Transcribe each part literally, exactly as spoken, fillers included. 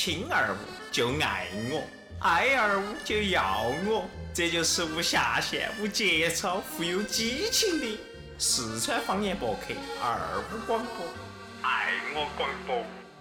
亲二五就爱我，爱二五就要我，这就是无下限、无节操、富有激情的四川方言博客二五广播，爱我广播。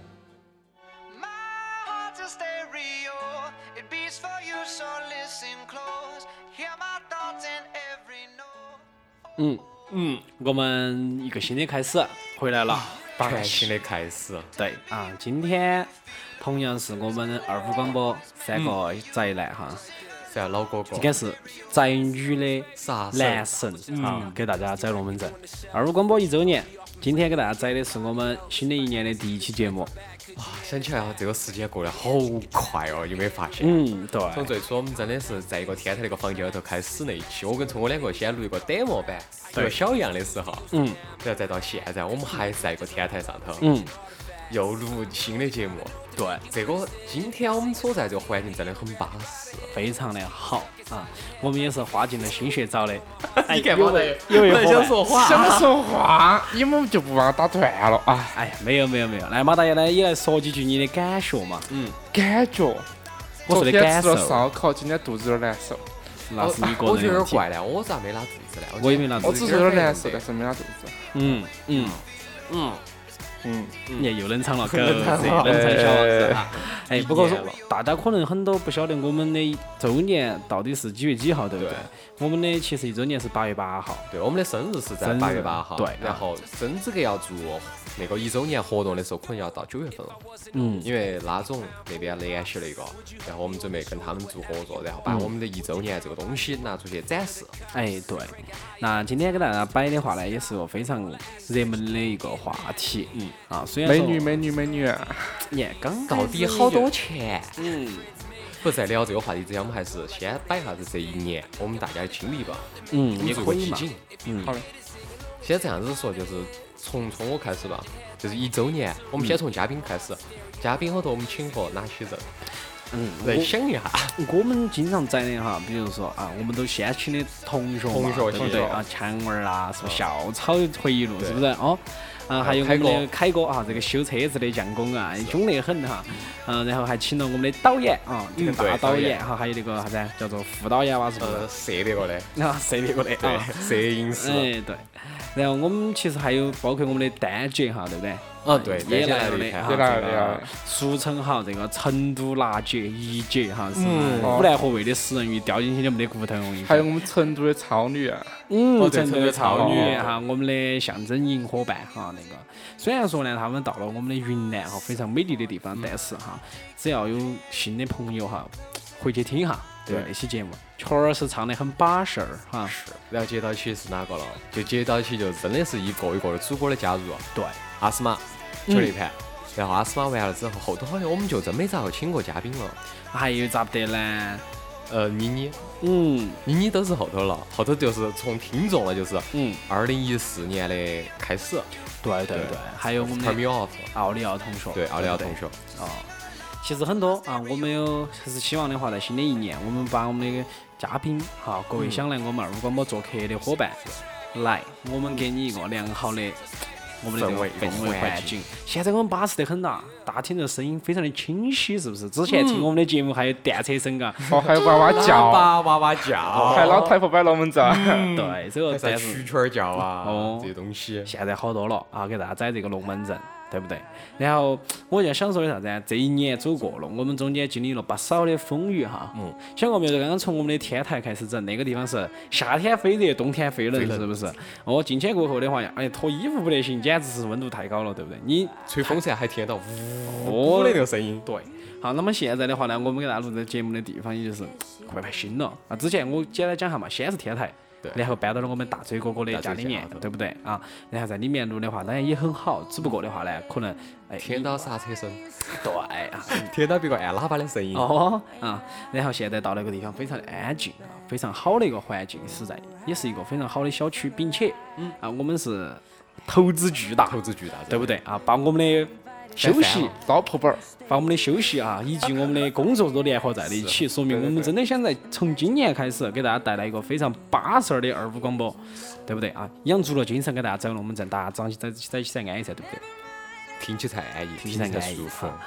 嗯嗯，我们一个新的开始回来了， 全新的开始。 对啊，今天同样是我们二五广播三个宅男哈， 是啊，老哥哥， 应该是宅女的啥男神啊，给大家宰龙门阵。二五广播一周年，今天给大家宰的是我们新的一年的第一期节目。 哇，想起来啊，这个时间过得好快哦，有没有发现？ 嗯，对。 从最初我们真的是在一个天台那个房间里头开始那一期，我跟聪哥两个先录一个 demo 版，一个小样的时候， 嗯， 然后再到现在，我们还是在一个天台上头， 嗯， 又录新的节目。 对， 这个今天我们所在这个环境真的很巴适， 非常的好啊！我们也是花尽了心血找的。 你干嘛的？ 有位想说话， 想说话，你们就不把我打断了啊！ 哎，没有没有没有，来马大爷呢也来说几句你的感受嘛。 嗯， 感觉， 我说的昨天感受。 吃了烧烤，今天肚子有点难受。 那是你个人的我觉得有问题。 点怪呢，我咋没拉肚子呢？ 我也没拉肚子。 我只是有点难受，但是没拉肚子。 嗯嗯嗯。 嗯， 你又冷场了，狗子，冷场小王子哈。哎，不过说大家可能很多不晓得我们的周年到底是几月几号，对不对？我们的其实一周年是八月八号。 对，我们的生日是在八月八号。 对， 然后真资格要做那个一周年活动的时候，可能要到九月份了。 嗯， 因为拉总那边联系了一个，然后我们准备跟他们做合作，然后把我们的一周年这个东西拿出去展示。 哎，对。那今天给大家摆的话呢，也是个非常热门的一个话题。嗯。啊，虽然美女美女美女， 你看刚到底好多钱？ 嗯。 不在聊这个话题之前，我们还是先摆一下子这一年我们大家的经历吧。 嗯，也可以嘛。 嗯， 好的。 先这样子说，就是从从我开始吧，就是一周年，我们先从嘉宾开始。嘉宾后头我们请过哪些人？ 嗯， 来想一下。 我们经常在的哈，比如说啊，我们都先请的同学嘛， 同学对不对啊？强儿啊，是不校草回忆录，是不是哦？啊，还有我们的凯哥啊，这个修车子的匠工啊，凶得很哈。嗯，然后还请了我们的导演啊，这个大导演哈，还有那个啥子叫做副导演哇，是不是？ 呃，摄那个的。 啊，摄那个的啊， 摄影师。 哎，对。然后我们其实还有包括我们的丹姐哈，对不对？ 哦，对， 也来了的也来了， 俗称哈这个成都辣姐一姐哈，是湖南河味的食人鱼掉进去就没得骨头。 还有我们成都的超女， 嗯，成都的超女哈，我们的象征营伙伴哈，那个虽然说呢，他们到了我们的云南哈，非常美丽的地方，但是哈，只要有新的朋友哈，回去听哈，对那期节目，确实唱得很巴适儿哈。 是，然后接到起是哪个了？就接到起就真的是一个一个的主播的加入。 对， 阿斯玛。球力盘，然后阿斯玛完了之后，后头好像我们就真没咋个请过嘉宾了。 还有咋不得呢？ 呃，妮妮， 嗯， 妮妮都是后头了，后头就是从听众了，就是嗯， 二零一四年的开始。 对对对，还有我们的奥利奥同学， 对奥利奥同学。 哦，其实很多啊，我们有还是希望的话，在新的一年，我们把我们的嘉宾哈，各位想来我们二五广播做客的伙伴，来，我们给你一个良好的。我们的这个氛围环境，现在我们巴适得很呐，大厅的声音非常的清晰，是不是？之前听我们的节目还有电车声嘎， 哦，还有娃娃叫， 娃娃娃叫， 还有老太婆摆龙门阵， 对，这个但是蛐蛐叫啊， 哦， 这些东西现在好多了啊，给大家宰这个龙门阵，对不对？然后我就想说的啥子？这一年走过了，我们中间经历了不少的风雨哈。嗯，想过没有？刚刚从我们的天台开始整，那个地方是夏天飞热，冬天飞冷，是不是？哦，进去过后的话，哎，脱衣服不得行，简直是温度太高了，对不对？你吹风扇还听得到呜的那个声音。 对。好，那么现在的话呢，我们给大家录这节目的地方，也就是快快新了啊。之前我简单讲下嘛，先是天台。然后搬到了我们大嘴哥哥的家里面，对不对啊？然后在里面录的话，当然也很好，只不过的话呢，可能哎听到刹车声， 对啊， 听到别个按喇叭的声音哦啊。然后现在到那个地方非常的安静啊，非常好的一个环境，实在也是一个非常好的小区，并且嗯啊，我们是投资巨大， 投资巨大， 对不对啊？把我们的休息糟粕本儿， 把我们的休息啊，以及我们的工作都联合在了一起，说明我们真的想在从今年开始给大家带来一个非常巴适的二五广播，对不对啊？养足了精神给大家走龙门阵，大家早起在在起才安逸噻，对不对？ 听起才安逸， 听起才安逸舒服。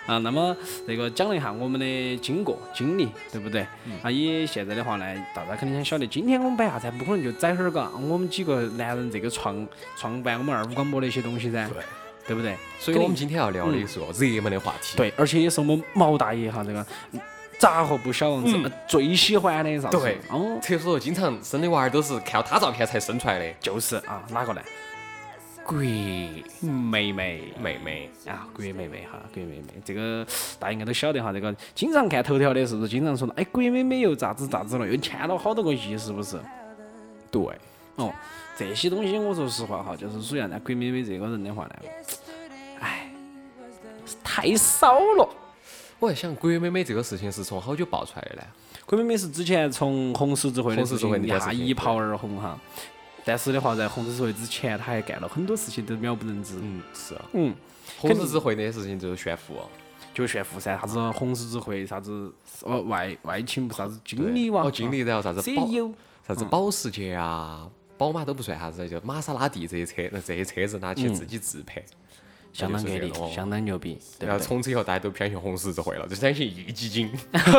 啊，那么这个讲了一下我们的经过经历，对不对？啊，也现在的话呢，大家肯定想晓得，今天我们摆啥子，不可能就宰会儿个我们几个男人这个创创办我们二五广播的一些东西噻， 对， 对不对？ 所以我们今天要聊的是热门的话题。 对，而且也是我们毛大爷哈这个杂货铺小王子、呃最喜欢的啥子？ 对， 哦， 特说经常生的娃儿都是看到他照片才生出来的。 就是啊，哪个呢？ 郭妹妹。 妹妹， 啊，郭妹妹哈，郭妹妹，这个大家应该都晓得哈。这个经常看头条的，是不是经常说，哎，郭妹妹又咋子咋子了，又欠了好多个亿，是不是？ 对， 哦，这些东西我说实话哈，就是属于啥子？郭妹妹这个人的话呢，哎，太少了。 我在想，郭妹妹这个事情是从好久爆出来的呢？ 郭妹妹是之前从红十字会的红十字会事情一下那件事情一炮而红哈，但是的话，在红十字会之前，她还干了很多事情都渺不人知。 嗯，是。 嗯， 红十字会那些事情就是炫富， 就炫富噻，啥子红十字会，啥子呃外外勤部，啥子经理哇， 哦，经理，然后啥子保 C E O， 啥子保时捷啊、宝马都不算啥子，就玛莎拉蒂这些车，那这些车子拿去自己自配。 相当给力就是这个哦， 相当牛逼，对然后不对？ 从此以后大家都偏向红十字会了，就相信壹基金。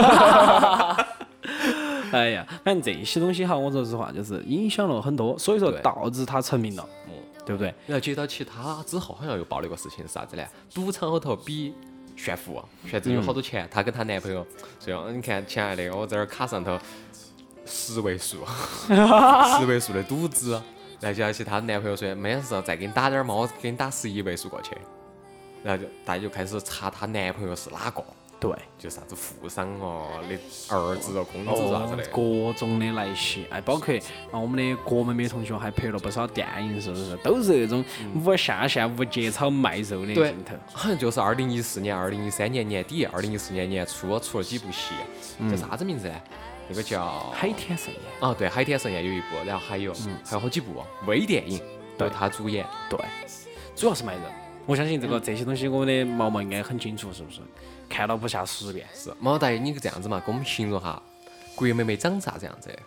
哎呀，反正这些东西哈，我说实话就是影响了很多，所以说对导致他成名了，对不对？ 然后接到起他之后，好像又爆了一个事情是啥子呢？赌场后头比炫富，炫自己有好多钱。她跟她男朋友说：“嗯你看，亲爱的，我这儿卡上头十位数，十位数的赌资。”然后接到起她男朋友说：“没事，再给你打点儿嘛，我给你打十一位数过去。”然后就大家就开始查她男朋友是哪个。 对， 就啥子富商哦，的儿子哦，公子啥子的， 各种的来袭，哎，包括啊我们的郭美美同学还拍了不少电影，是不是？都是那种无下限、无节操卖肉的对镜头。 好像就是二零一四年、二零一三年年底、二零一四年年初出了几部戏，叫啥子名字呢？那个叫海天盛宴。 啊，对，《海天盛宴》有一部，然后还有还有好几部微电影都是他主演。 对，主要是卖肉。我相信这个这些东西，我们的毛毛应该很清楚，是不是？看了不下十遍。 是，毛大爷，你这样子嘛，给我们形容下郭美美长啥子样子？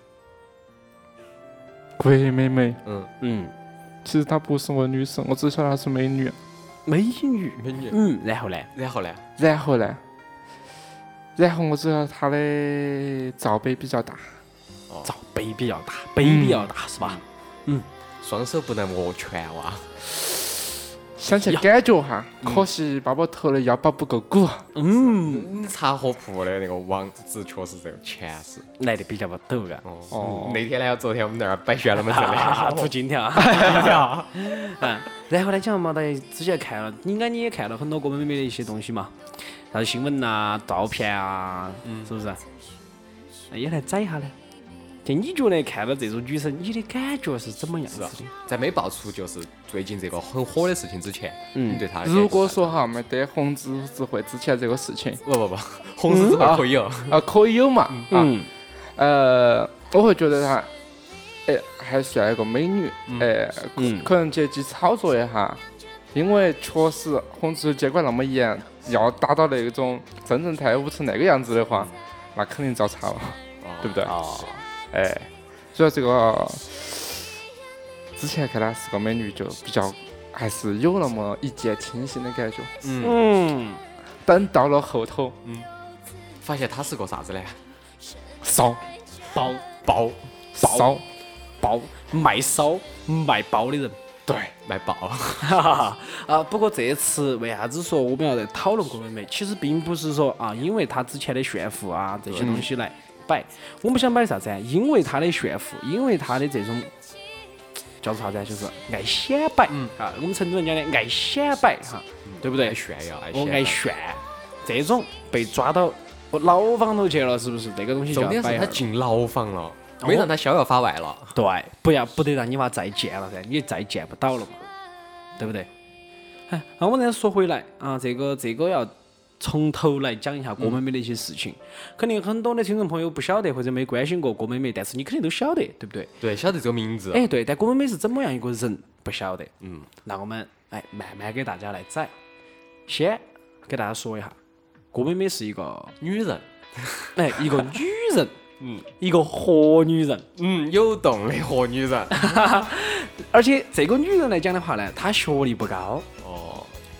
郭美美， 嗯嗯， 其实她不是我女神，我只晓得她是美女。 美女。 美女。 嗯，然后呢？ 然后呢？ 然后呢？然后我知道她的罩杯比较大。 罩杯比较大，杯比较大是吧？ 双手不能握拳哇。 想去感觉哈，可惜爸爸头的腰包不够鼓。 嗯， 嗯，茶货铺的那个网址确实这个钱是。 来的比较不陡嘎。 哦哦那天呢，昨天我们在那儿摆旋龙门阵啊， 的。 吐金条，吐金条。嗯，然后呢，讲毛大爷之前看了，应该你也看了很多郭美美的一些东西嘛，啥子新闻呐、照片啊，是不是？那也来宰一下呢。就你觉得看到这种女生，你的感觉是怎么样子的？ 在没爆出就是最近这个很火的事情之前， 嗯你对她的感觉如果说哈没得红十字会之前这个事情， 不不不，红十字会可以有， 啊可以有嘛，啊嗯， 呃，我会觉得她，哎，还算一个美女，哎， 嗯可能借机炒作一下，因为确实红十字监管那么严，要达到那种真正太舞成那个样子的话，那肯定遭查了，对不对？ 哦， 哎，所以这个之前看她是个美女，就比较还是有那么一见倾心的感觉。 嗯， 嗯， 等到了后头， 发现她是个啥子呢？ 骚包包骚， 包卖骚卖包的人。 对， 卖爆， 哈哈哈啊！不过这次为啥子说我们要在讨论郭美美？其实并不是说啊，因为她之前的炫富啊这些东西来摆，我们想摆啥子啊？因为她的炫富，因为她的这种叫做啥子啊？就是爱显摆，啊，我们成都人讲的爱显摆哈，对不对？ 爱炫耀，爱我炫耀。 爱炫，这种被抓到牢房头去了，是不是？这个东西就重点是要摆一下她进牢房了，没让她逍遥法外了。 对，不要不得让你娃再见了噻，你再见不到了嘛，对不对？哎，那我们再说回来啊，这个这个要从头来讲一下郭美美的一些事情。肯定很多的听众朋友不晓得或者没关心过郭美美，但是你肯定都晓得，对不对？ 对，晓得这个名字。 哎，对，但郭美美是怎么样一个人不晓得。 嗯， 那我们哎慢慢给大家来宰。先给大家说一下，郭美美是一个女人， 哎一个女人，嗯，一个活女人。 嗯，有动的活女人。 而且这个女人来讲的话呢，她学历不高， 哦，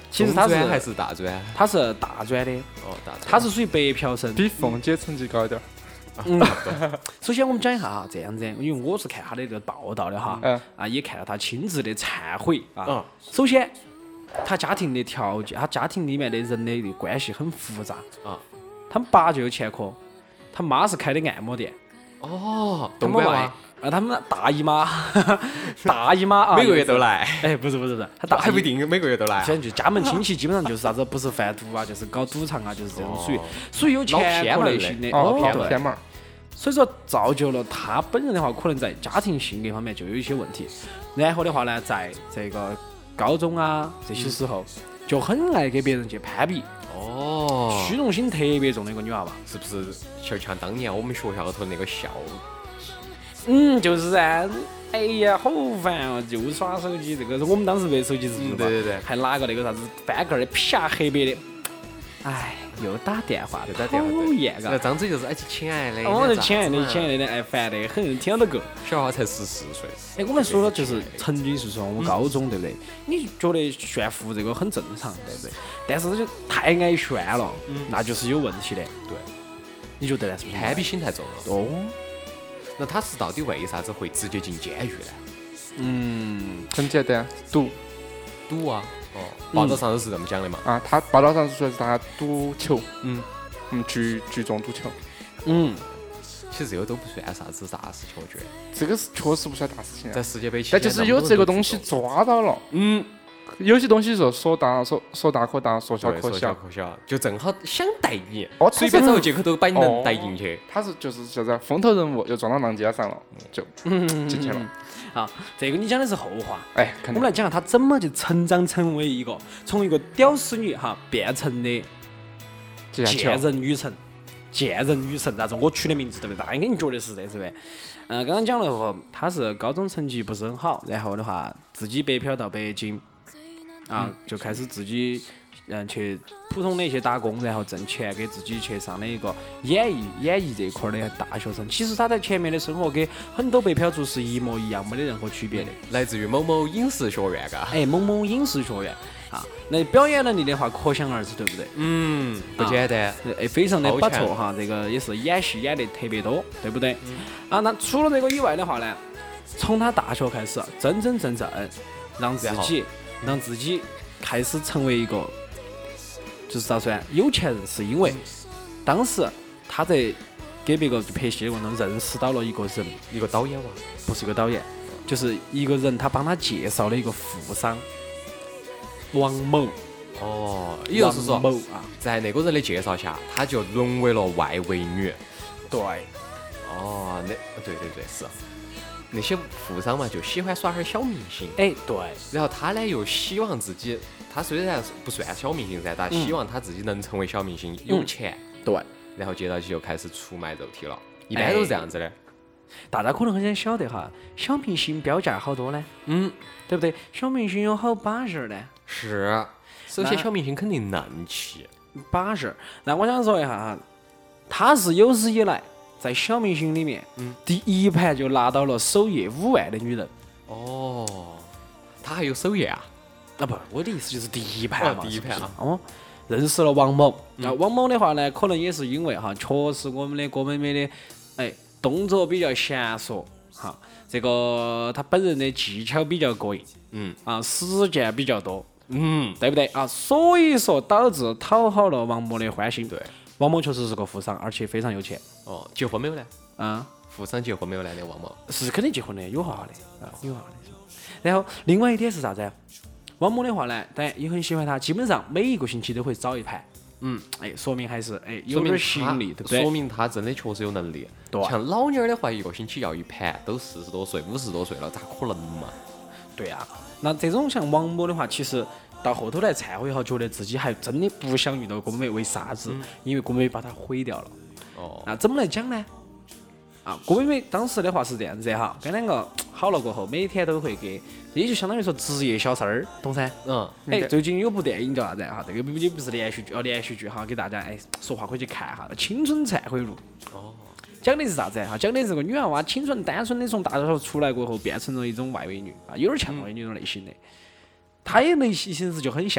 其实他是中专还是大专？ 他是大专的， 哦，大专。 他是属于白嫖生。 比凤姐成绩高一点。 嗯，首先我们讲一下哈，这样子，因为我是看他的这个报道的哈， 嗯啊，也看到他亲自的忏悔啊。 嗯首先，他家庭的条件，他家庭里面的人的关系很复杂啊。 他们爸就有前科，他妈是开的按摩店。 哦， 他们外东莞吗？ 啊，他们大姨妈，大姨妈啊， 每个月都来， 哎，不是不是不是，他大姨还不一定每个月都来啊。 反正就家门亲戚基本上就是啥子，不是贩毒啊，就是搞赌场啊，就是这种属于哦属于有前科类型的。 哦， 哦， 偏偏门儿。 所以说造就了他本人的话，可能在家庭性格方面就有一些问题。然后的话呢，在这个高中啊这些时候，就很爱给别人去攀比， 哦， 虚荣心特别重的一个女娃娃。 是不是就像当年我们学校头那个校？ 嗯，就是噻。哎呀，好烦哦！就耍手机，这个是我们当时没手机是不是嘛？ 对对对还拿个那个啥子翻盖儿的，啪黑白的。哎，又打电话， 又打电话， 讨厌嘎那。张嘴就是哎，亲爱的， 我的亲爱的， 你咋子嘛亲爱的，哎，烦得很，听到够。 小孩才十四岁。 哎，我们说了就是曾经是说我们高中对不对？你觉得炫富这个很正常，对不对？但是这就太爱炫了，那就是有问题的。 对， 你觉得呢？是不是？ 攀比心太重了。 哦， 那他是到底为啥子会直接进监狱呢？ 嗯， 很简单，赌赌啊！哦，报道上都是这么讲的嘛。 啊，他报道上说是他赌球， 嗯嗯，聚聚众赌球， 嗯， 其实这个都不算啥子大事情，我觉得这个是确实不算大事情啊。 在世界杯期间， 但就是有这个东西抓到了， 嗯， 有些东西说说大说说大可大，说小对， 可说小小。 可小，就正好想带你， 哦随便找个借口都把你能带进去。 他是就是叫做风头人物，又撞到浪尖上了，就进去了。 好，这个你讲的是后话。 哎，肯定我们来讲下她怎么就成长成为一个从一个屌丝女哈变成的接下去贱了。 人女神，贱人女神，啥子？我取的名字对不对？大家肯定觉得是这，是不是？嗯、刚刚讲了后，她是高中成绩不是很好，然后的话自己北漂到北京，啊，就开始自己嗯去普通的一些打工，然后挣钱给自己去上了一个演艺演艺这一块的大学生。其实她在前面的生活跟很多北漂族是一模一样，没得任何区别的。 来自于某某影视学院，嘎。 哎，某某影视学院啊，那表演能力的话可想而知，对不对？ 嗯，不简单。 哎，非常的不超强错哈，这个也是演戏演得特别多，对不对？啊，那除了这个以外的话呢，从他大学开始，真真正正让自己让自己开始成为一个，就是咋说呢，有钱人，是因为当时他在给别个拍戏的过程中认识到了一个人， 一个导演哇， 不是一个导演，就是一个人，他帮他介绍了一个富商王某。 哦，也就是说王，某啊， 在那个人的介绍下，他就沦为了外围女。 对。 哦，那对对对，是那些富商嘛，就喜欢耍点小明星。 哎，对， 然后他呢又希望自己，他虽然不算小明星噻，但希望他自己能成为小明星，有钱。 对， 然后接到起就开始出卖肉体了，一般都是这样子的。 大家可能很想晓得哈，小明星标价好多呢， 嗯， 对不对？小明星有好把式呢， 是。首先， 那小明星肯定嫩气。 把式。那我想说一下哈，他是有史以来在小明星里面， 嗯第一盘就拿到了首页五万的女人。 哦，他还有首页啊？ 啊不，我的意思就是第一盘嘛， 哦第一盘啊是不是哦，认识了王某。那、王某的话呢，可能也是因为哈，确实我们的郭美美的，哎，动作比较娴熟，哈，这个她本人的技巧比较过硬， 嗯啊，实践比较多， 嗯， 对不对啊？所以说导致讨好了王某的欢心。 对， 王某确实是个富商，而且非常有钱。 哦，结婚没有呢？ 啊， 富商结婚没有呢？那王某。 是肯定结婚的，有哈的啊，有哈的。然后另外一点是啥子？王某的话呢，当然也很喜欢他，基本上每一个星期都会找一盘。 嗯， 哎，说明还是哎有说明点吸引力，对不对？ 说明他真的确实有能力。 对像老妞儿的话，一个星期要一盘，都四十多岁、五十多岁了，咋可能嘛？ 对啊，那这种像王某的话，其实到后头来忏悔后，觉得自己还真的不想遇到郭美美，为啥子？因为郭美美把他毁掉了。 哦， 那怎么来讲呢？啊，郭美美当时的话是这样子的哈，跟两个好了过后，每天都会给，这就相当于说职业小三儿，懂噻？ 嗯， 哎，最近有部电影叫啥子哈？这个也不是连续剧，哦，连续剧哈，给大家哎说话可以去看哈，《青春忏悔录》。 哦， 讲的是啥子哈？讲的是个女娃娃清纯单纯的从大学出来过后，变成了一种外围女啊，有点像外围女那种类型的。她也类型形式就很像，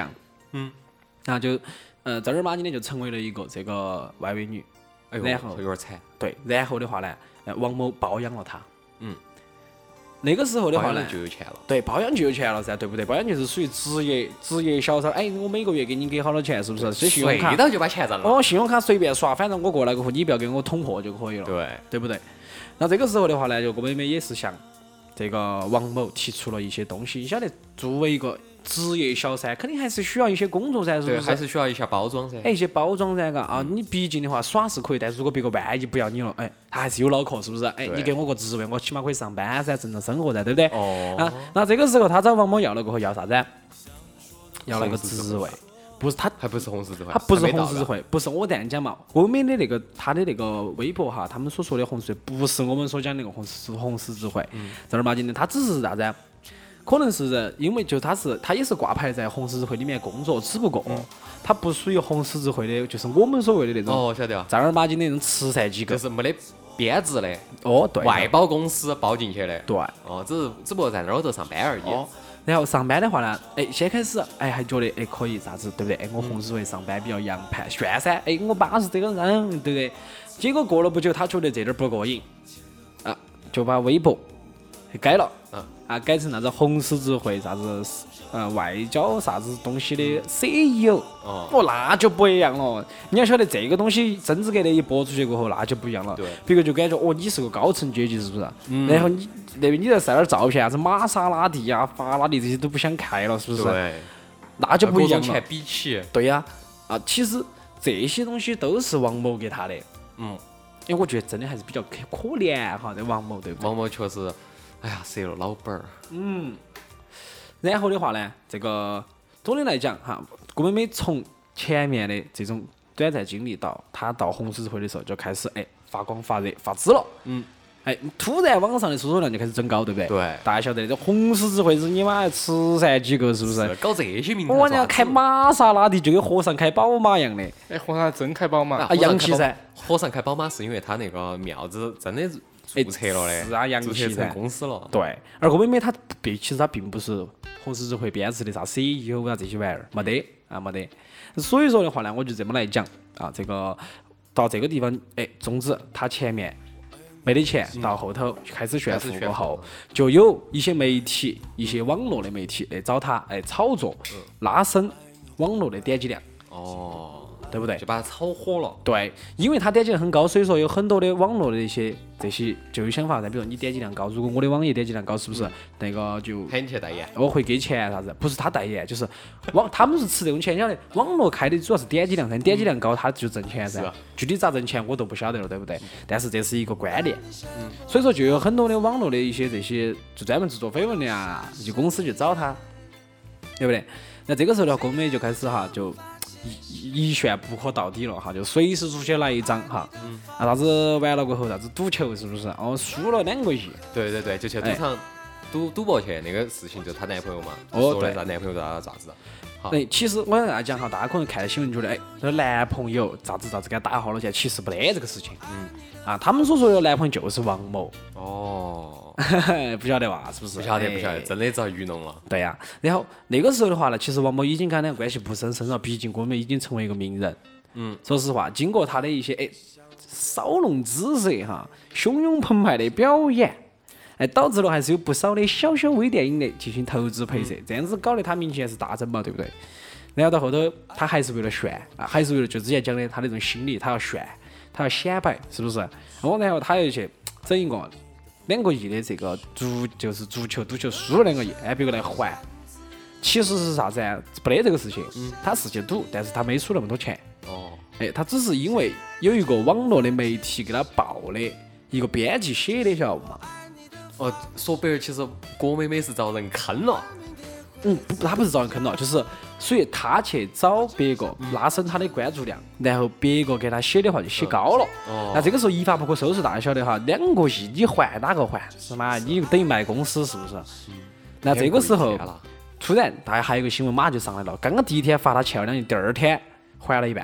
嗯， 然后就呃正儿八经的就成为了一个这个外围女。 哎呦， 然后有点惨。 对，然后的话呢，呃王某包养了她。 嗯。 那个时候的话呢包养，就有钱了。 对，包养就有钱了噻，对不对？包养就是属于职业职业销售，哎，我每个月给你给好多钱，是不是？这信用卡睡到就把钱挣了。 哦，信用卡随便刷，反正我过来过后，你不要给我捅破就可以了， 对， 对不对？那这个时候的话呢，就郭美美也是向这个王某提出了一些东西。你晓得，作为一个职业小三，肯定还是需要一些工作噻，是不对， 是？ 还是需要一下包装噻。 哎，一些包装噻，嘎啊！你毕竟的话耍是可以，但是如果别个万一不要你了，哎，他还是有脑壳，是不是？哎， 对你给我个职位，我起码可以上班噻，正常生活噻，对不对？ 哦。 啊，那这个时候他找王某要了过后要啥子？要了一个红十字职位，不是他， 还不是红十字会， 他不是还没到的。 红十字会，不是我这样讲嘛。欧美的那个他的那个微博哈，他们所说的红十字会，不是我们所讲那个红十红十字会，正儿八经的，他只是啥子？可能是因为就他是他也是挂牌在红十字会里面工作，只不过他不属于红十字会的，就是我们所谓的那种哦，晓得了， 正儿八经的那种慈善机构就。是没得编制的哦，对的， 外包公司包进去的。 对。 哦，只是只不过在那儿头上班而已。 哦，然后上班的话呢，哎，先开始哎还觉得哎可以啥子，对不对？哎，我红十字会上班比较洋盘炫噻，哎，我巴适这个人，对不对？结果过了不久，他觉得这点儿不过瘾，啊，就把微博给改了， 嗯啊，改成那个红十字会啥子呃外交啥子东西的 C E O。 哦， 哦，那就不一样了。你要晓得这个东西，真资格的一播出去过后，那就不一样了。 对， 别个就感觉哦，你是个高层阶级，是不是？然后你那边你再晒点照片，啥子玛莎拉蒂啊、法拉利这些都不想开了，是不是？ 对， 那就不一样了各种钱。比起。 对呀，啊，其实这些东西都是王某给他的。 嗯， 因为我觉得真的还是比较可可怜哈，这王某对不对？ 王某确实，哎呀，折了老本儿。 嗯。然后的话呢，这个总的来讲哈，郭美美从前面的这种短暂经历到她到红十字会的时候，就开始哎发光发热发紫了。 嗯。 哎，突然网上的搜索量就开始增高，对不对？ 对大家晓得这红十字会是你妈的慈善机构，是不是？ 搞这些名堂。 我人家开玛莎拉蒂就跟和尚开宝马一样的。 哎，和尚真开宝马啊啊，洋气噻。 和尚开宝马是因为他那个庙子真的注册了的， 是啊，洋注册气噻成。公司了。 对，而郭美美她并其实她并不是红十字会编制的啥 C E O 啊这些玩意儿，没得啊没得。所以说的话呢，我就这么来讲啊，这个到这个地方，哎，总之她前面没得钱，到后头开始炫富过后，就有一些媒体、一些网络的媒体来找她，哎，炒作，拉升网络的点击量， 哦， 对不对就？把它炒火了。 对，因为它点击量很高，所以说有很多的网络的一些这些就有想法噻，比如你点击量高，如果我的网页点击量高，是不是那个就喊你去代言。 我会给钱啥子？不是他代言，就是网他们是吃这种钱，你晓得，网络开的主要是点击量噻，点击量高他就挣钱噻是啊。 具体咋挣钱我都不晓得了，对不对？但是这是一个观念，所以说就有很多的网络的一些这些就专门制作绯闻的啊，一些公司去找他，对不对？那这个时候呢，郭美就开始哈就。一一旋不可到底了哈，就随时出去来一张哈，啊啥子完了过后啥子赌球是不是？哦输了两个亿， 对对对，就去赌场赌赌博去那个事情，就她男朋友嘛， 哦说的对她男朋友咋咋子。好哎，其实我跟大家讲哈，大家可能看新闻觉得，哎，这男朋友咋子咋子给他打好了钱，其实不得这个事情。 嗯。 啊，他们所说的男朋友就是王某， 哦， 不晓得吧？是不是？ 不晓得不晓得， 哎真的遭愚弄了。 对呀、然后那个时候的话呢，其实王某已经跟他两个关系不是很深了，毕竟郭美已经成为一个名人。 嗯。 说实话，经过他的一些哎骚弄姿色哈、汹涌澎湃的表演，哎，导致了还是有不少的小小微电影的进行投资拍摄，这样子搞得他名气还是大增嘛，对不对？然后到后头，他还是为了炫啊，还是为了就之前讲的他那种心理，他要炫，他要显摆，是不是？哦，然后他又去整一个两个亿的这个足，就是足球赌球输了两个亿，哎，别个来还。其实是啥子啊？不得这个事情，他是去赌，但是他没输那么多钱。 哦， 哎，他只是因为有一个网络的媒体给他报的，一个编辑写的，晓得嘛？ 哦，说白了，其实郭美美是遭人坑了。 嗯，不，他不是遭人坑了，就是属于他去找别个拉升他的关注量，然后别个给他写的话就写高了。 哦那这个时候一发不可收拾，大家晓得哈，两个亿你还哪个还？是嘛？你等于卖公司是不是？那这个时候两个亿了突然大家还有一个新闻马上就上来了，刚刚第一天罚他欠了两亿，第二天还了一半。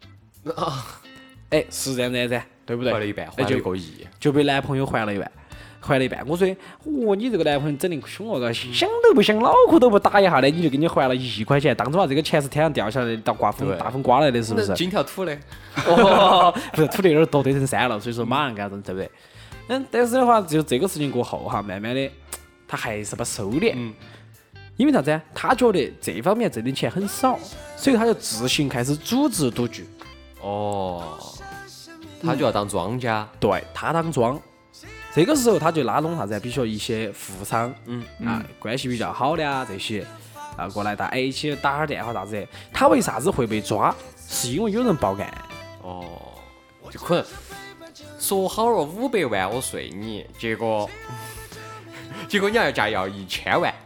啊， 哎，是这样子噻，对不对？ 还了一半， 哎就还了一个亿。 就被男朋友还了一万。 还了一半。我说，哦，你这个男朋友整的凶哦，想都不想，脑壳都不打一下的，你就给你还了一亿块钱，当初啊这个钱是天上掉下来的，到刮风大风刮来的，是不是？ 金条土的， 哦，不是土的有点多堆成山了，所以说马上给他整，对不对？嗯，但是的话，就这个事情过后哈，慢慢的他还是不收敛。 嗯。 因为啥子？他觉得这方面挣的钱很少，所以他就自行开始组织赌局。 哦，他就要当庄家。 对，他当庄。这个时候他就拉拢啥子？比如说一些富商， 嗯啊，关系比较好的啊这些啊过来打，哎，一起打下电话啥子的。他为啥子会被抓？是因为有人报案。 哦，就可能说好了五百万我睡你，结果结果你要价要一千万。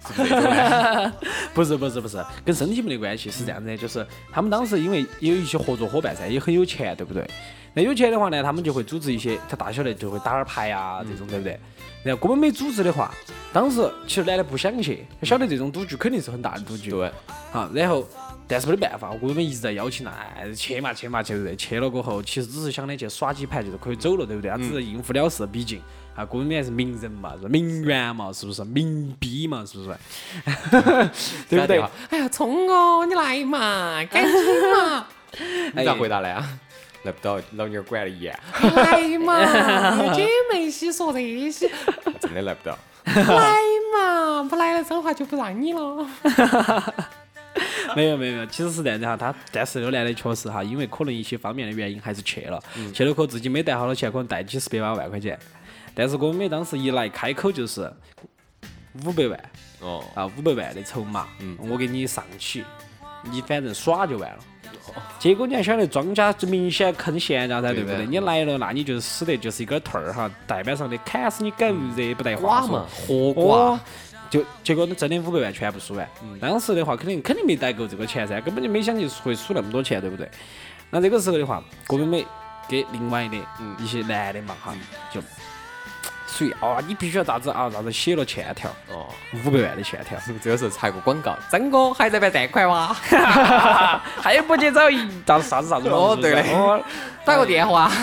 不是不是不是，跟身体没得关系，是这样子的，就是他们当时因为有一些合作伙伴噻，也很有钱，对不对？那有钱的话呢，他们就会组织一些，他大小的就会打点牌啊这种，对不对？然后郭美美组织的话，当时其实男的不想去，他晓得这种赌局肯定是很大的赌局， 对， 好，然后但是没得办法，郭美美一直在邀请，哎，去嘛去嘛去，对不对？去了过后，其实只是想的去耍几牌就是可以走了，对不对？他只是应付了事，毕竟。啊，郭美美还是名人嘛，是名媛嘛，是不是？名逼嘛，是不是？对不对？ 哎呀，聪哥，你来嘛，赶紧嘛！你咋回答的啊？来不到，老娘管了一眼。 来嘛，姐妹些说这些， 真的来不到。 来嘛，不来了这话就不让你了。 没有没有没有，其实是这样子哈，他但是这个男的确实哈，因为可能一些方面的原因还是去了，嗯、去了可自己没带好多钱，可能带几十百万万块钱。但是郭美美当时一来开口就是五百万， 哦啊五百万的筹码， 嗯， 我给你上起，你反正耍就完了。哦、结果你还晓得庄家就明显坑闲家噻，对不对？你来了，那你就死得就是一根腿儿哈，代表上的砍死你狗日不带话说， 活瓜。 就结果真的五百万全部输完，嗯、当时的话肯定肯定没带够这个钱噻，根本就没想起会输那么多钱，对不对？那这个时候的话，郭美美给另外的一些男的嘛哈，就。所以啊，你必须要咋子啊？咋子写了欠条？哦，五百万的欠条。 这个时候插个广告，张哥还在办贷款哇？ 还不去找一找啥子啥子？ 哦，对的，打个电话，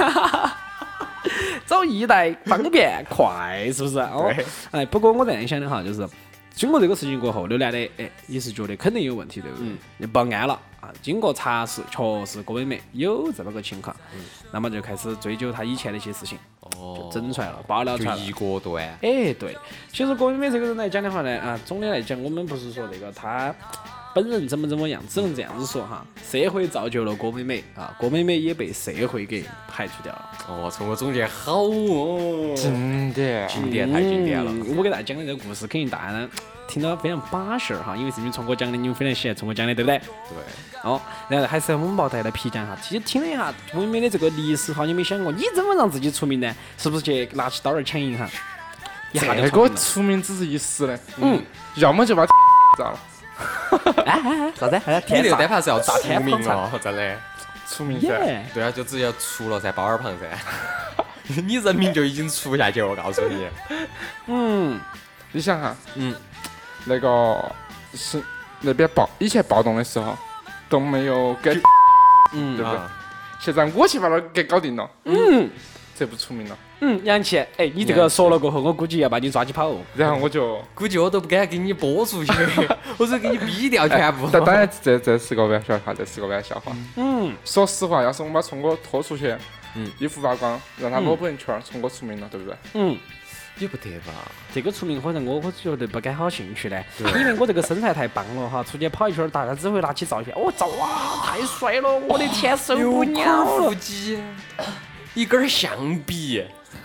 找易贷方便快，是不是？哦，哎，不过我这样想的哈，就是经过这个事情过后，刘男的哎也是觉得肯定有问题，对不对？ 嗯， 就报案了啊。经过查实，确实郭美美有这么个情况，嗯，那么就开始追究她以前的一些事情。哦，整出来了，爆料出来了， 就一锅端。 哎，对，其实郭美美这个人来讲的话呢，啊，总的来讲，我们不是说这个她本人怎么怎么样，只能这样子说哈。社会造就了郭美美啊，郭美美也被社会给排除掉了。 哦，从我总结好哦， 经典， 经典太经典了。 嗯、我给大家讲的这个故事，肯定大家呢听到非常巴适哈，因为是你们聪哥讲的，你们非常喜欢聪哥讲的，对不对？ 对。 哦，然后还是我们毛带来皮讲哈。其实听了一下郭美美的这个历史哈，你没想过你怎么让自己出名呢？是不是去拿起刀儿抢银行？ 这个出名只是一时的， 嗯， 要么就把砸了。 哎哎哎，啥子？ 你那个单盘是要出名哦，真的。 出名噻。 对啊，就直接要出了噻，包耳旁噻。你人名就已经出下去了，我告诉你。 嗯，你想哈， 嗯， 那个是那边暴以前暴动的时候都没有给， 嗯， 对不对？现在我去把它给搞定了， 嗯， 这不出名了。 嗯，杨琪，哎，你这个说了过后，我估计要把你抓起跑。 然后我就估计我都不敢给你播出去，我只给你逼掉全部。 但当然，这这是个玩笑话，这是个玩笑话。 嗯， 说实话，要是我们把聪哥拖出去， 嗯， 衣服扒光，让他裸朋友圈，聪哥出名了，对不对？ 嗯。 也不得吧， 这个出名可能我我觉得不感好兴趣呢，因为我这个身材太棒了哈，出去跑一圈，大家只会拿起照片，哦，照哇，太帅了，我的天，受不了了， 腹肌，一根象鼻，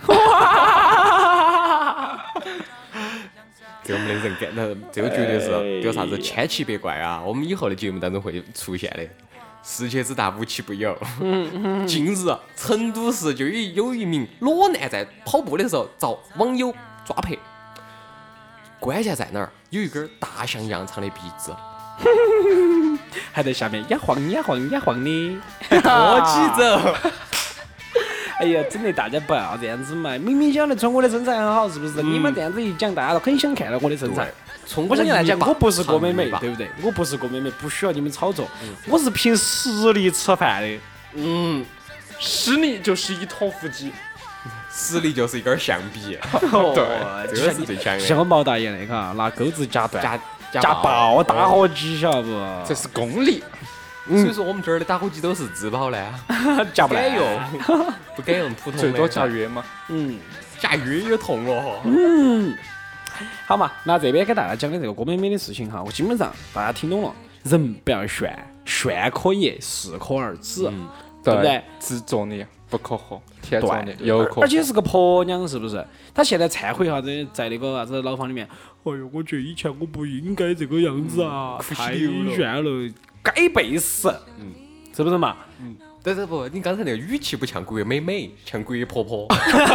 这我们的人感，那这个绝对是有啥子千奇百怪啊，我们以后的节目当中会出现的。世界之大，无奇不有。近日，成都市就有有一名裸男在跑步的时候遭网友抓拍。关键在哪儿？有一根大象样长的鼻子， 还在下面呀晃呀晃呀晃的， 拖起走。 哎呀，真的大家不要这样子嘛！明明晓得从我的身材很好，是不是？嗯、你们这样子一讲，大家都很想看到我的身材。从我想来讲，我不是郭美美，对不对？我不是郭美美，不需要你们炒作。嗯、我是凭实力吃饭的。 嗯， 实力就是一坨腹肌。 实力就是一根橡皮， 对这个是最强的。 像我毛大爷那个，拿钩子夹断， 夹夹爆打火机，晓得不？ 这是功力。 所以说我们这儿的打火机都是自保的， 夹不敢来用，不敢用普通的。 最多夹月嘛。 嗯， 夹月也痛哦。 嗯，好嘛，那这边给大家讲的这个郭美美的事情哈，我基本上大家听懂了，人不要炫，炫可以，适可而止， 嗯、 对不对？ 自作孽不可活，天作孽有可活。 而且是个婆娘，是不是？她现在忏悔哈子，在那个啥子牢房里面，哎呦，我觉得以前我不应该这个样子啊， 嗯、 太炫了，该背死，嗯，是不是嘛？ 嗯。但是不，你刚才那个语气不像郭美美，像郭婆婆。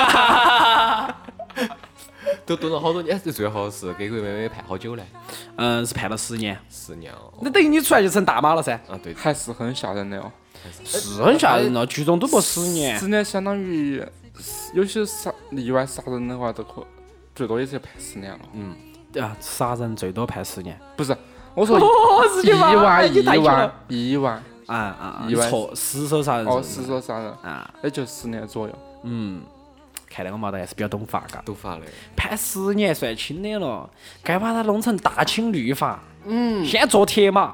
都蹲了好多年，最后是给郭美美判好久呢？ 嗯，是判了十年。 十年哦。 那等于你出来就成大妈了噻？ 啊，对， 还是很吓人的哦。 是很吓人了，剧中都播十年。 十年相当于有些杀例外杀人的话，都可最多也是判十年了。 嗯。啊，杀人最多判十年。 不是，我说意外，意外，意外。 啊啊！ 意外错，失手杀人。 哦，失手杀人啊， 也就十年左右。 嗯。看来我毛大还是比较懂法嘎， 懂法的， 判十年算轻的了，该把他弄成大清律法，嗯，先做铁马，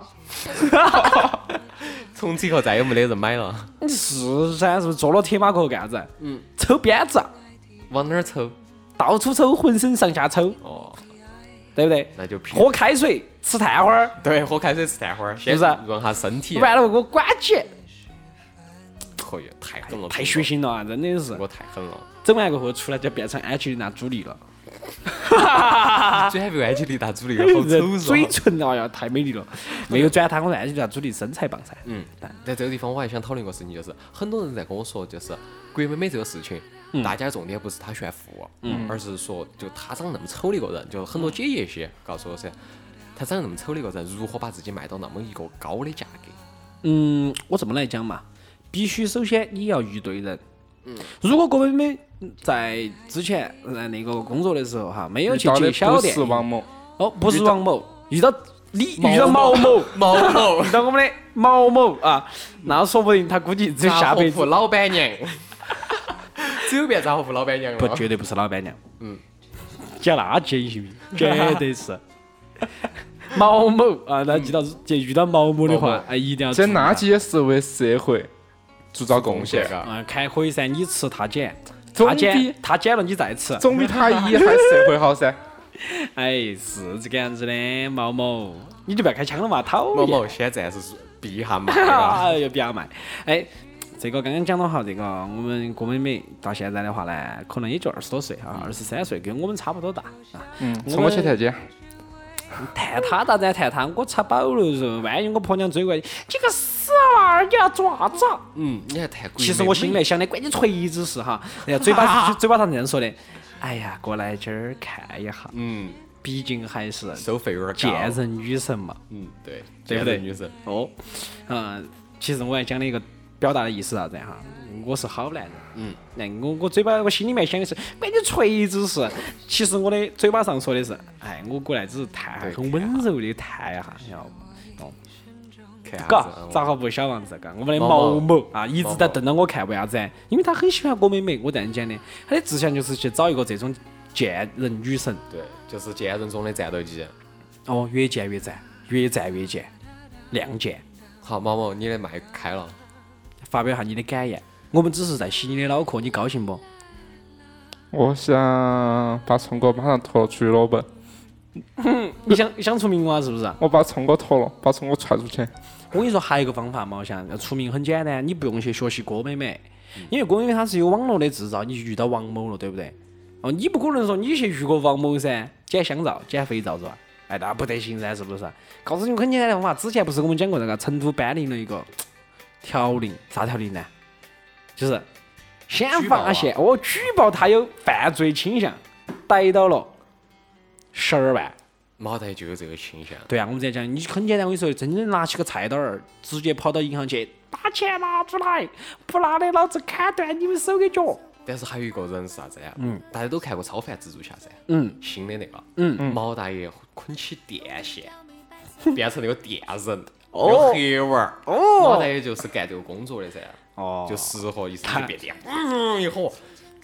从此以后再也没得人买了。 是噻，是不是坐了铁马过后干啥子？嗯，抽鞭子， 往哪儿抽？ 到处抽，浑身上下抽。哦，对不对？ 那就喝开水，吃蛋花儿。 对，喝开水吃蛋花儿，先润下身体。 完了，我关起。 可以，太狠了， 太血腥了啊！真的是， 我太狠了。 整完过后出来就变成安吉丽娜朱莉了。 嘴还比安吉丽娜朱莉好丑， 嘴唇哎呀太美丽了。没有转她，我说安吉丽娜朱莉身材棒噻。 嗯，在这个地方我还想讨论一个事情，就是很多人在跟我说，就是郭美美这个事情，大家重点不是她炫富，嗯，而是说就她长那么丑的一个人，就很多姐姐些告诉我噻，她长那么丑的一个人，如何把自己卖到那么一个高的价格？ 嗯，我这么来讲嘛，必须首先你要遇对人。嗯，如果郭美美在之前呃那个工作的时候哈，没有去接小店， 不是王某， 哦，不是王某，遇到你遇到毛某， 毛某遇到我们的毛某啊，那说不定他估计只有下辈子老板娘，只有变杂货铺老板娘了， 不，绝对不是老板娘， 嗯， 捡垃圾行不行？绝对是毛某啊，那遇到遇到毛某的话，哎，一定要捡垃圾也是为社会铸造贡献， 啊，开会噻，你吃他捡， 他捡他捡了你再吃， 总比他一还社会好噻。 哎，是这个样子的，毛某，你就不要开枪了嘛，讨厌。 毛某现在是避下卖了， 哎呀，不要卖。哎，这个刚刚讲到哈，这个我们郭美美到现在的话呢，可能也就二十多岁哈，二十三岁，跟我们差不多大啊。 嗯，从我去探监。 谈他咋子谈他？我吃饱了是，万一我婆娘追过来，你个死娃儿，你要做啥子？ 嗯，你还谈？ 其实我心里想的，关你锤子是哈，然后嘴巴嘴巴上这样说的。哎呀，过来这儿看一下。嗯，毕竟还是收费有点高。 见人女神嘛。 嗯，对， 对不对？ 女神。 哦，嗯，其实我还讲了一个表达的意思啥子哈？我是好男人。嗯，那我我嘴巴我心里面想的是，关你锤子是。其实我的嘴巴上说的是，哎，我过来只是探，很温柔的探一下，晓得不？哦，嘎，杂货铺小王子，嘎，我们的毛某啊，一直在瞪着我看，为啥子？因为他很喜欢郭美美，我这样讲的。他的志向就是去找一个这种贱人女神。 对，就是贱人中的战斗机。 哦，越贱越战，越战越贱，亮剑。 好，毛毛，你的麦开了， 发表一下你的感言。我们只是在洗你的脑壳，你高兴不？ 我想把聪哥马上拖出老本。 你想你想出名吗？是不是？ 我把聪哥拖了，把聪哥踹出去。 我跟你说，还有一个方法嘛，我想要出名很简单，你不用去学习郭美美，因为郭美美她是有网络的制造，你遇到王某了，对不对？哦，你不可能说你去遇过王某噻，捡香皂、捡肥皂是吧？哎，那不得行噻，是不是？告诉你很简单的方法，之前不是我们讲过那个成都颁令了一个条令，啥条令呢？就是先发现我举报他有犯罪倾向，逮到了十二万。 毛大爷就有这个倾向。 对啊，我们在讲，你很简单，我跟你说，真的拿起个菜刀儿，直接跑到银行去，把钱拿出来，不拿的老子砍断你们手跟脚。 但是还有一个人是啥子呀？嗯，大家都看过《超凡蜘蛛侠》噻。 嗯， 新的那个。 嗯嗯。毛大爷捆起电线，变成那个电人，那个黑娃儿。哦。毛大爷就是干这个工作的噻。哦。就适合一声就变电，嗯，一火，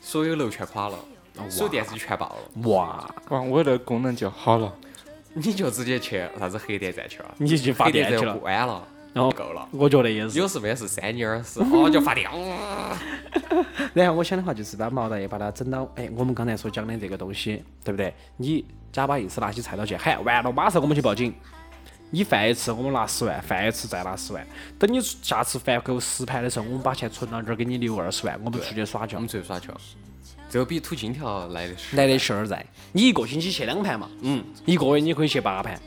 所有楼全垮了，所有电视机全爆了， 哇， 哇，我有那个功能就好了。 你就直接去啥子黑电站去了， 你就去发黑电站电去了。 关了， 然后够了。 我觉得也是。 有时没事三尼二十，哦就发电。 然后我想的话就是把毛大爷把它整到，哎，我们刚才所讲的这个东西，对不对？你假把意思拿起菜刀去喊，完了马上我们去报警。你犯一次我们拿十万，犯一次再拿十万。等你下次犯够十盘的时候，我们把钱存到这儿，给你留二十万，我们出去耍去我。们出去耍去。这个比吐金条来的实来的实在。你一个星期去两盘嘛，嗯，一个月你可以去八盘，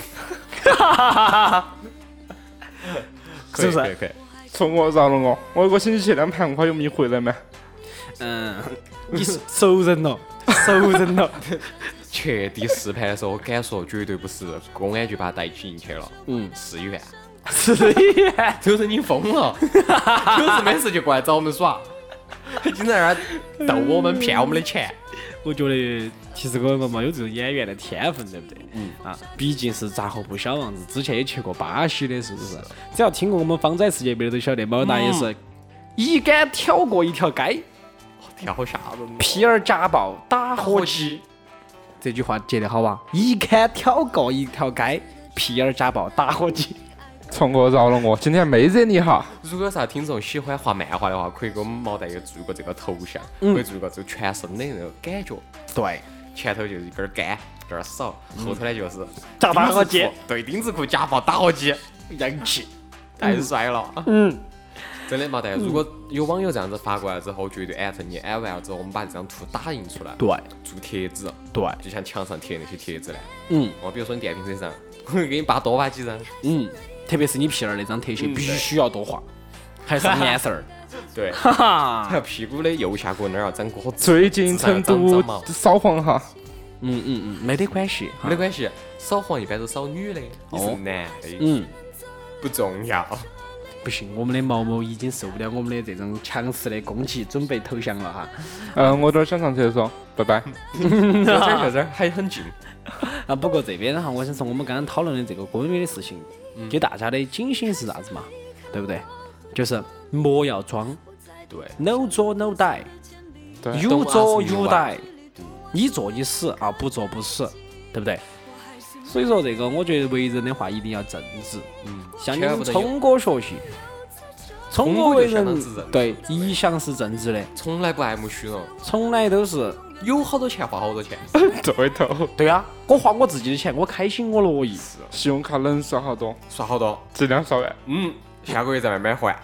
是不是？ 可以可以可以。 从我饶了我，我一个星期去两盘，我还有米回来吗？ 嗯，你是熟人了，熟人了。 去第四盘的时候，我敢说绝对不是公安局把他带进去了， 嗯， 是医院。 是的， 周人你疯了，有事没事就过来找我们耍，经常在那儿逗我们骗我们的钱。 我觉得其实我们嘛有这种演员的天分，对不对？嗯啊，毕竟是杂货铺小王子，之前也去过巴西的，是不是？只要听过我们方仔世界杯的都晓得，毛大爷是一杆挑过一条街， 天好吓人哦！ 皮儿夹爆打火机。这句话接得好吧？一杆挑过一条街，皮儿夹爆打火机。 从我饶了我，今天没惹你哈。 如果有啥听众喜欢画漫画的话，可以给我们毛大爷做个这个头像，可以做个这个全身的那个感觉。 对， 前头就是一根杆，这儿扫，后头呢就是夹打火机丁字裤，对，丁字裤夹爆打火机， 洋气。 太帅了。 嗯， 真的毛大爷，如果有网友这样子发过来之后，绝对艾特你，艾完了之后，我们把这张图打印出来， 对， 做贴纸， 对， 就像墙上贴那些贴纸呢。 嗯哦，比如说你电瓶车上，我给你扒多发几张。 嗯，特别是你皮儿那张特写，必须要多画，还上颜色儿。 对， 哈哈还，有屁股的右下角那儿要长果子。 最近成都扫黄哈， 嗯嗯嗯，没得关系， 没得关系，扫黄一般都扫女的，你是男的， 嗯， 不重要。 不行，我们的毛毛已经受不了我们的这种强势的攻击，准备投降了哈。 嗯，我这儿想上厕所，拜拜。 就这儿就这儿还很近。 啊，不过这边的话，我想说我们刚刚讨论的这个公约的事情，给大家的警醒是啥子嘛？对不对？就是莫要装， 对， ，no 作 no die， 对有作有 Don't ask me die，你做你死啊，不做不死，对不对？所以说这个，我觉得为人的话一定要正直， 嗯， 向你千万不能有们聪哥学习。聪哥哥为人就相当之正直对一向是正直的， 从来不爱慕虚荣， 从来都是有好多钱花好多钱。 对头， 对啊，我花我自己的钱，我开心我乐意。 信用卡能刷好多， 刷好多， 质量刷完。 嗯，下个月再慢慢还。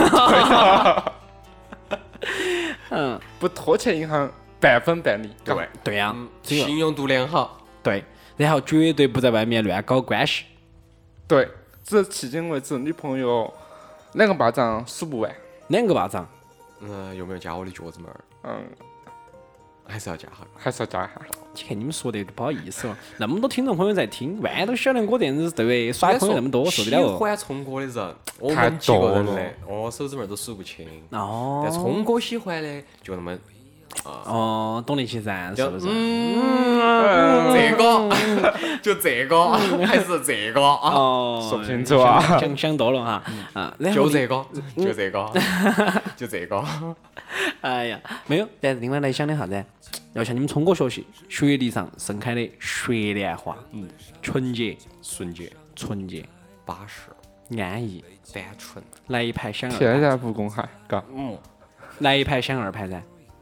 嗯， 不拖欠银行半分半厘。 对， 对呀、 嗯， 这个信用度良好。 对，然后绝对不在外面乱搞关系。 对，只迄今为止，女朋友两个巴掌数不完。 两个巴掌， 嗯，有没有加我的脚趾门儿？ 嗯， 还是要加哈。 还是要加一下。 你看你们说的不好意思了，那么多听众朋友在听，万一都晓得我这样子对不对？耍朋友那么多，受不了喜哦。 欢聪哥的人，我太们几个人多了的，哦，手指门儿都数不清。 哦但聪哥喜欢的就那么， 哦，懂得起噻，是就不是？ 嗯，这个，就这个，还是这个啊， 哦， 说不清楚啊想想想多了哈啊，然后就这个，就这个，就这个。 哎呀，没有。但是另外来想的啥子？要向你们聪哥学习，学历上盛开的雪莲花，嗯，纯洁、 纯洁、 纯洁、 巴适、 安逸。 单纯。 来一盘响二天盘， 然无公害，嘎。 嗯， 来一盘响二盘噻。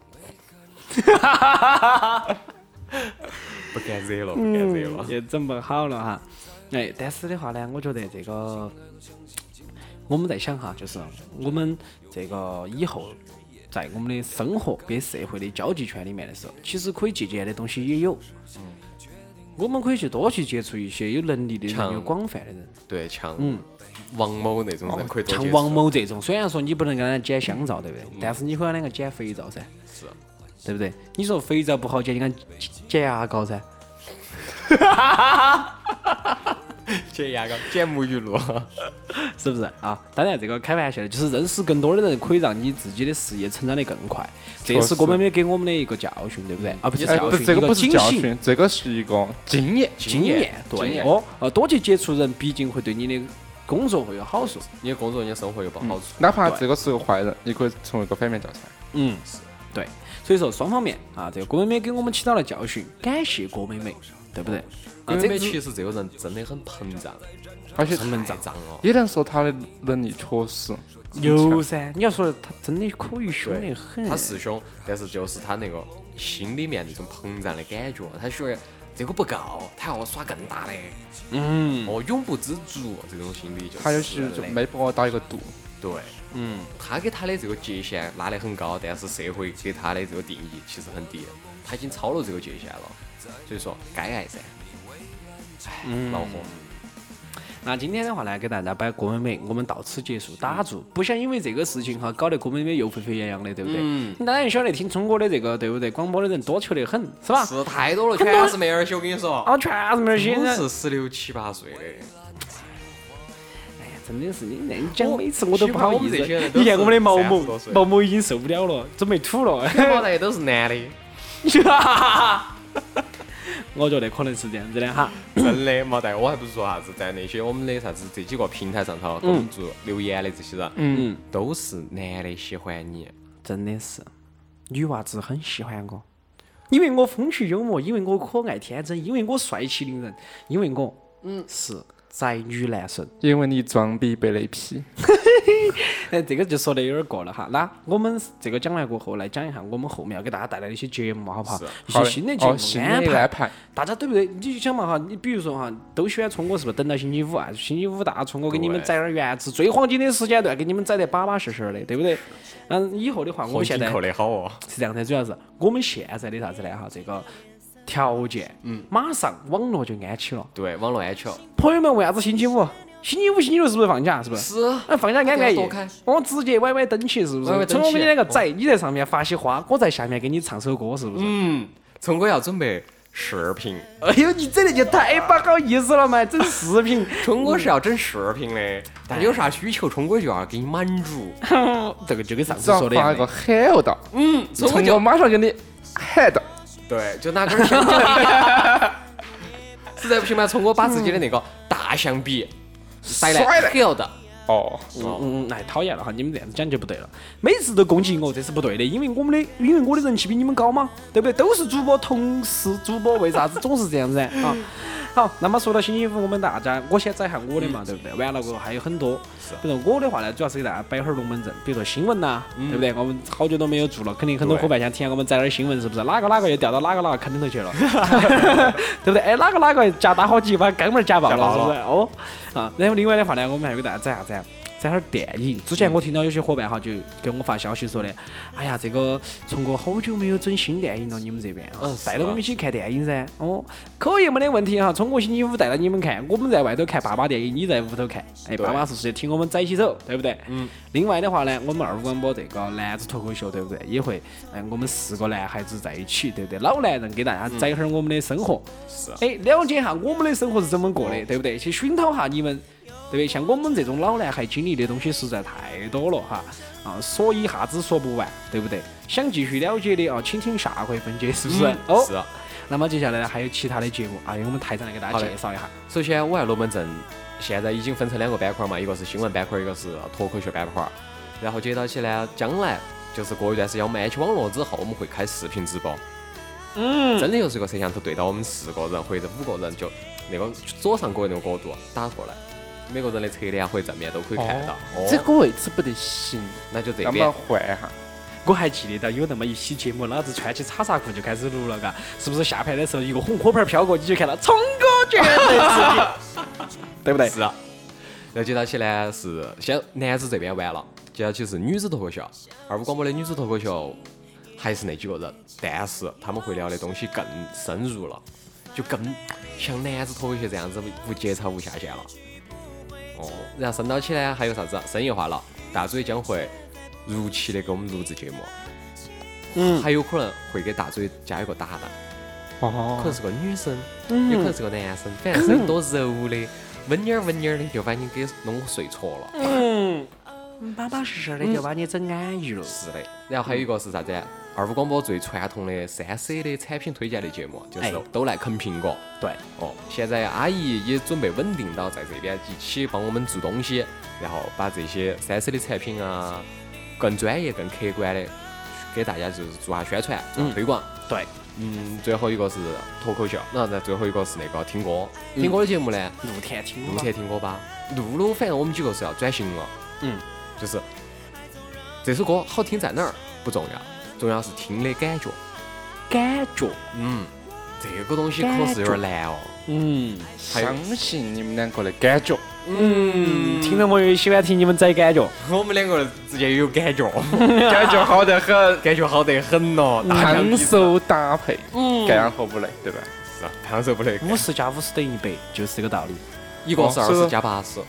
不敢惹了，不敢惹了。 也整不好了哈。哎，但是的话呢，我觉得这个我们在想哈，就是我们这个以后在我们的生活跟社会的交际圈里面的时候，其实可以借鉴的东西也有。我们可以去多去接触一些有能力的人、 像有广泛的人。 对，像嗯王某那种人可以多接触像王某这种，虽然说你不能跟他捡香皂，对不对？但是你可以让两个捡肥皂噻， 是对不对？你说肥皂不好捡，你看捡牙膏噻。 捡牙膏、捡沐浴露。 是不是啊？当然，这个开玩笑的，就是认识更多的人，可以让你自己的事业成长得更快。这是我们没给我们的一个教训，对不对？啊，不是哎，不， 教训， 这个不是一警醒、 教训，这个是一个经验。 经验。 经验对哦，呃，多去接触人，毕竟会对你的工作会有好处。 你的工作、你的生活有不好处。 哪怕这个是个坏人，也可以成为一个反面教材。 嗯， 对，所以说双方面啊，这个郭美美给我们起到了教训，感谢郭美美，对不对？ 郭啊， 美美这个其实这个人真的很膨胀， 而且太胀了。 也能说他的能力确实有噻，你要说他真的可以凶得很。 他是凶，但是就是他那个心里面那种膨胀的感觉，他觉得这个不够，他要耍更大的， 嗯， 哦，永不知足这种心理就是。 他有时就没把我打一个度。 对， 嗯， 他给他的这个界限拉得很高，但是社会给他的这个定义其实很低，他已经超了这个界限了，所以说该爱噻。唉，恼火。 那今天的话呢，给大家摆郭美美，我们到此结束，打住，不想因为这个事情哈搞得郭美美又沸沸扬扬的，对不对？ 嗯， 你当然晓得听中国的这个对不对？广播的人多求得很，是吧？ 是太多了，全是妹儿些，我跟你说， 啊，全是妹儿些都人。 是十六七八岁的。 哎呀，真的是你那你讲每次我都不好意思我们这些人。都你看我们的毛三十毛多，岁毛毛已经受不了了，准备吐了。 毛蛋都是男的， 我觉得可能是这样子的哈。 真的毛蛋，我还不是说啥子，在那些我们的啥子这几个平台上头给我们做留言的这些人， 嗯， 都是男的喜欢你。 真的是，女娃子很喜欢我，因为我风趣幽默，因为我可爱天真，因为我帅气凌人，因为我嗯是宅女男神。 因为你装逼被雷劈。 哎，这个就说的有点过了哈。那我们这个讲完过后，来讲一下我们后面要给大家带来的一些节目，好不好？一些新的节目哦，新的安排。 安排。 大家对不对？你就想嘛哈，你比如说哈，都喜欢冲哥，是不是？等到星期五啊，星期五大冲哥给你们对宰点原子，最黄金的时间段给你们宰得巴巴适适的，对不对？嗯，以后的话，我们现在扣得好哦。 是这样子，主要是我们现在的啥子呢？哈，这个条件，嗯，马上网络就安起了。 对，网络安全。 朋友们，为啥子星期五？星期五、星期六是不是放假？是不是？ 是。 那放假安不安逸多开？ 我直接 Y Y 登起，是不是？ 歪歪登起从我们两个宰，你在上面发些花，我在下面给你唱首歌，是不是？ 嗯，聪哥要准备视频。 哎呦，你整的就太不好意思了嘛！整视频， 聪哥是要整视频的，但有啥需求，聪哥就要给你满足。 这个就跟上次只要说的一样的。 发一个喊到， 嗯，聪哥从我就马上给你喊到。 对，就拿根儿香蕉。实在不行嘛，聪哥把自己的那个大象鼻塞来挑的。 哦， 嗯嗯，哎，讨厌了哈！你们这样子讲就不对了，每次都攻击我，这是不对的，因为我们的，因为我的人气比你们高嘛，对不对？都是主播，同是主播，为啥子总是这样子啊？好，那么说到星期五，我们大家，我先宰一下我的嘛，对不对？完了过后还有很多，比如说我的话呢，主要是给大家摆会儿龙门阵，比如说新闻呐，对不对？我们好久都没有做了，肯定很多伙伴想听我们宰点新闻，是不是？哪个哪个又掉到哪个哪个坑里头去了，对不对？哎，哪个哪个夹打火机把肛门夹爆了，是不是？哦，啊，然后另外的话呢，我们还给大家宰啥子呀？宰点电影。之前我听到有些伙伴哈就给我发消息说的，哎呀，这个聪哥好久没有整新电影了，你们这边啊，带着我们一起看电影噻。哦，可以没得问题哈，聪哥星期五带着你们看，我们在外头看爸爸电影，你在屋头看，哎，巴巴适适的听我们宰起走，对不对？嗯。另外的话呢，我们二五广播这个男子脱口秀，对不对？也会，嗯，我们四个男孩子在一起，对不对？老男人给大家宰一会儿我们的生活， 是。 哎，了解一下我们的生活是怎么过的，对不对？去熏陶下你们。对不对？像我们这种老男孩经历的东西实在太多了哈，啊，说一下子说不完，对不对？想继续了解的啊，请听下回分解，是不是？ 嗯、 哦， 是。 那么接下来还有其他的节目啊，由我们台长来给大家介绍一下。 首先，我爱龙门阵现在已经分成两个板块嘛，一个是新闻板块，一个是脱口秀板块。然后接到起呢，将来就是过一段时间我们安起网络之后，我们会开视频直播。嗯，真的就是一个摄像头对到我们四个人或者五个人，就那个左上角那个角度打过来。每个人的侧脸或者正面都可以看到。 哦、这个位置不得行， 那就这边。 要么换一下。 我还记得到有那么一期节目，老子穿起叉纱裤就开始录了，嘎，是不是下盘的时候一个红火盆飘过，你就看到聪哥绝对是，对不对？ 是啊。然后接到起呢是先男子这边完了，接到起是女子脱口秀。二五广播的女子脱口秀还是那几个人，但是他们会聊的东西更深入了，就更像男子脱口秀这样子无节操无下限了。哦，然后升到起呢，还有啥子？深夜化了，大嘴将会如期的给我们录制节目，嗯，还有可能会给大嘴加一个搭档，哦，可能是个女生，嗯，有可能是个男生，反正是多柔的，温妮儿温妮儿的，就把你给弄睡着了， 嗯，巴巴适适的就把你整安逸了。 是的，然后还有一个是啥子？二五广播最传统的三 C 的产品推荐的节目，就是都来啃苹果。 对， 哦，现在阿姨也准备稳定到在这边一起帮我们做东西，然后把这些三 C 的产品啊，更专业、更客观的给大家就是做下宣传、做下推广。 对， 嗯，最后一个是脱口秀，然后再最后一个是那个听歌。听歌的节目呢， 露天听露天听歌吧。露露，反正我们几个是要转型了。 嗯， 就是这首歌好听在哪儿不重要，重要是听的感觉。 感觉， 嗯，这个东西可是有点难哦。 嗯相信你们两个的感觉。 嗯，听众朋友喜欢听你们仔感觉， 我们两个之间有感觉， 感觉好得很， 感觉好得很哦，大相汤比手搭配， 嗯干合不累，对吧？ 是啊，汤手不得干。 五十加五十等于一百，就是这个道理。 一个是二哦是十加八十。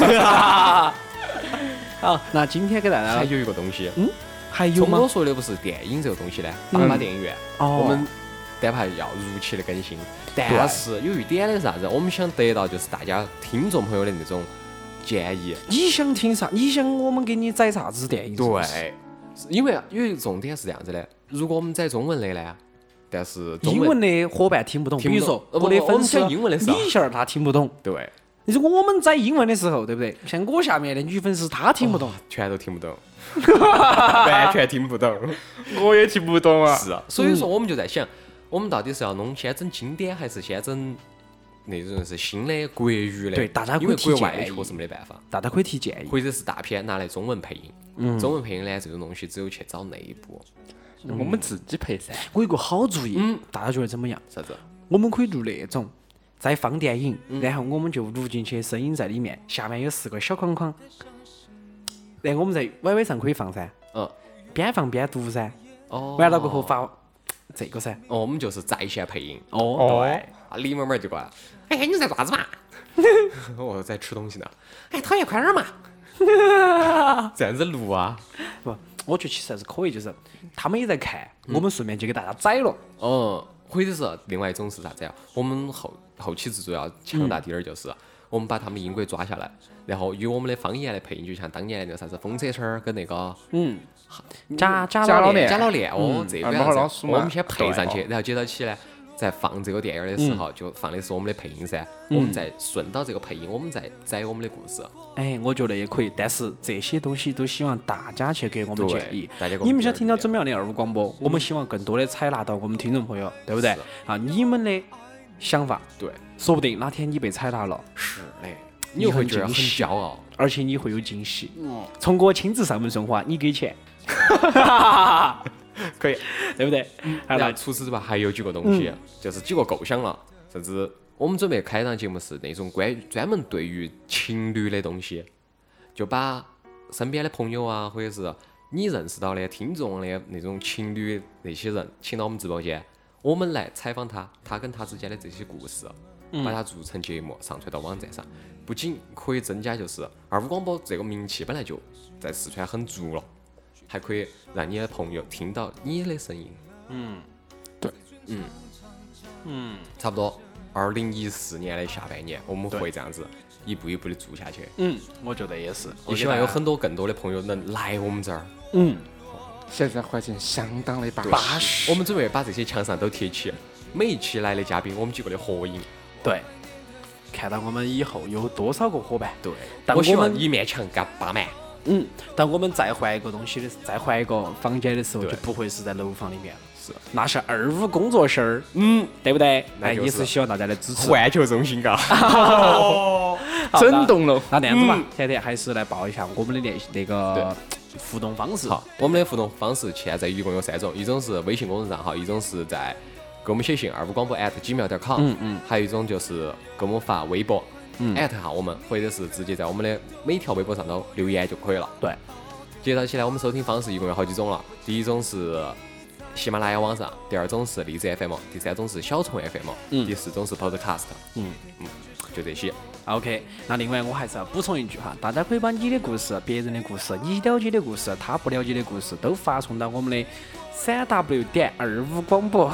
好，那今天给大家还有一个东西， 还有吗聪哥？说的不是电影这个东西呢，八八电影院， 哦， 我们单排要如期的更新，但是有一点的是啥子？我们想得到就是大家听众朋友的那种建议。 你想听啥？你想我们给你载啥子电影？ 对，因为有一个重点是这样子的，如果我们载中文的呢，但是中英文的伙伴听不懂， 听不懂比如说呃不不我们我的粉丝讲英文的时候李现儿他听不懂。 对， 你说我们在英文的时候，对不对？像我下面的女粉丝她听不懂， 全都听不懂，完全听不懂。 我也听不懂啊。 是啊，所以说我们就在想，我们到底是要弄先整经典，还是先整那种是新的国语的？ 对大家可以因为提建议国外确实没得办法， 大家可以提建议。 或者是大片拿来中文配音。 嗯中文配音呢，这种东西只有去找内部。 我们自己配噻。 我有个好主意， 嗯大家觉得怎么样？ 啥子？ 我们可以录那种，在放电影， 嗯然后我们就录进去声音在里面，下面有四个小框框，然后我们在 Y Y 上可以放噻， 嗯， 边放边读噻， 哦， 完了过后发这个噻。 哦，我们就是在线配音。 哦，对， 啊，李妹妹就过来了， 哎，你在做啥子嘛？ 我在吃东西呢。 哎，讨厌，快点儿嘛！ 这样子录啊？ 不，我觉得其实还是可以，就是他们也在看，我们顺便就给大家宰了。 哦，或者是另外一种是啥子呀？我们后后期制作要强大点儿，就是、我们把他们音轨抓下来，然后以我们的方言来配音，就像当年的那个啥子风车车儿跟那个嗯，假假假老练老练， 假老练哦，这个二样子毛老鼠嘛我们先配上去， 对然后接到起呢，在放这个电影儿的时候，就放的是我们的配音噻，我们再顺到这个配音，我们再载我们的故事。 哎，我觉得也可以，但是这些东西都希望大家去给我们建议对大家给我。们你们想听到建议怎么样的二五广播？我们希望更多的采纳到我们听众朋友，对不对是？ 啊，你们的想法， 对， 说不定哪天你被采纳了， 是的，你会觉得很惊喜骄傲。 而且你会有惊喜。从我亲自上门送花，你给钱， 可以。 对不对？好了， 然后除此之外还有几个东西，就是几个构想了，甚至我们准备开一档节目是那种关于专门对于情侣的东西，就把身边的朋友啊，或者是你认识到的听众的那种情侣那些人，请到我们直播间，我们来采访他，他跟他之间的这些故事，把它做成节目上传到网站上，不仅可以增加就是二五广播这个名气本来就在四川很足了，还可以让你的朋友听到你的声音。 嗯， 嗯嗯差不多二零一四年的下半年，我们会这样子一步一步的做下去。 嗯，我觉得也是。 也希望有很多更多的朋友能来我们这儿。 嗯现在环境相当的巴对适。 我们准备把这些墙上都贴起，每一期来的嘉宾，我们几个的合影。 对，看到我们以后有多少个伙伴。 对， 但我希我们望一面墙干八满。 嗯，当我们再换一个东西的，再换一个房间的时候， 对就不会是在楼房里面了， 是， 那是二五工作室儿， 嗯， 对不对？哎， 那就是也是希望大家的支持。 环球中心嘎。 好整栋楼。 那那样子吧，甜甜还是来报一下我们的联系那个互动方式。 好，我们的互动方式现在一共有三种，一种是微信公众账号，一种是在给我们写信二五广播 at gmail 点 com， 嗯嗯， 还有一种就是给我们发微博， 嗯艾特下我们，或者是直接在我们的每条微博上头留言就可以了。 对， 接到起来，我们收听方式一共有好几种了。第一种是喜马拉雅网上，第二种是荔枝 F M， 第三种是小虫 F M，、 嗯第四种是 Podcast。 嗯嗯，就这些。 OK，那另外我还是要补充一句哈，大家可以把你的故事、别人的故事、你了解的故事、他不了解的故事都发送到我们的三 W 点二五广播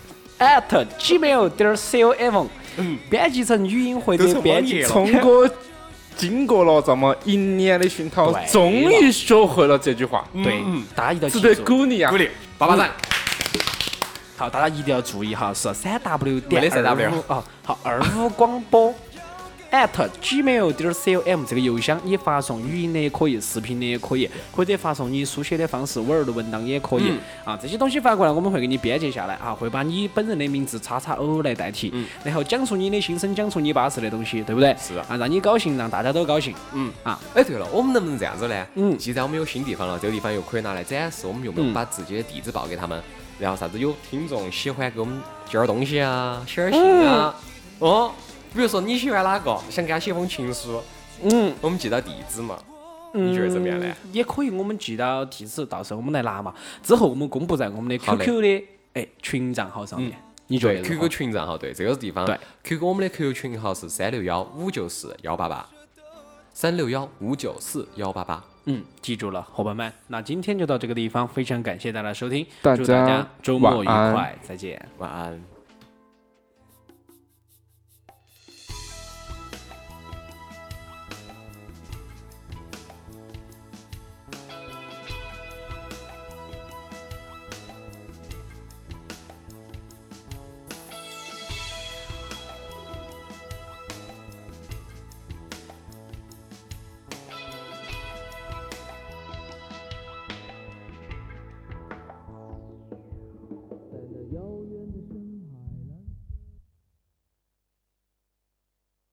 at gmail 点 com， 编辑成语音或者编辑成聪哥经过了这么一年的熏陶对， 终于学会了这句话， 对，大家一定要值得记住。 鼓励啊！ 鼓励，巴巴掌。 好，大家一定要注意哈，是三 W 点没得三 W 二五哦，好，二五广播 at gmail 点 com 这个邮箱，你发送语音的也可以，视频的也可以，或者发送你书写的方式，Word 文档也可以、 嗯、 啊。这些东西发过来，我们会给你编辑下来啊，会把你本人的名字叉叉偶来代替， 嗯、 然后讲出你的心声，讲出你巴适的东西，对不对？ 是啊， 让你高兴，让大家都高兴。 嗯啊， 哎，对了，我们能不能这样子呢？ 嗯， 既然我们有新地方了，这个地方又可以拿来展示，我们有没有把自己的地址报给他们？嗯、然后啥子有听众喜欢给我们寄点东西啊，写点信啊，嗯、哦，比如说你喜欢哪个，想给他写封情书，嗯，我们寄到地址嘛。你觉得怎么样呢？ 嗯、也可以，我们寄到地址，到时候我们来拿嘛。之后我们公布在我们的 Q Q 的哎群账号上面。嗯、你觉得 ？Q Q 群账号对这个地方， 对 ，Q Q 我们的 Q Q 群号是三六幺五九四幺八八，三六幺五九四幺八八。 嗯，记住了，伙伴们。那今天就到这个地方，非常感谢大家收听， 大祝大家周末愉快，再见， 晚安。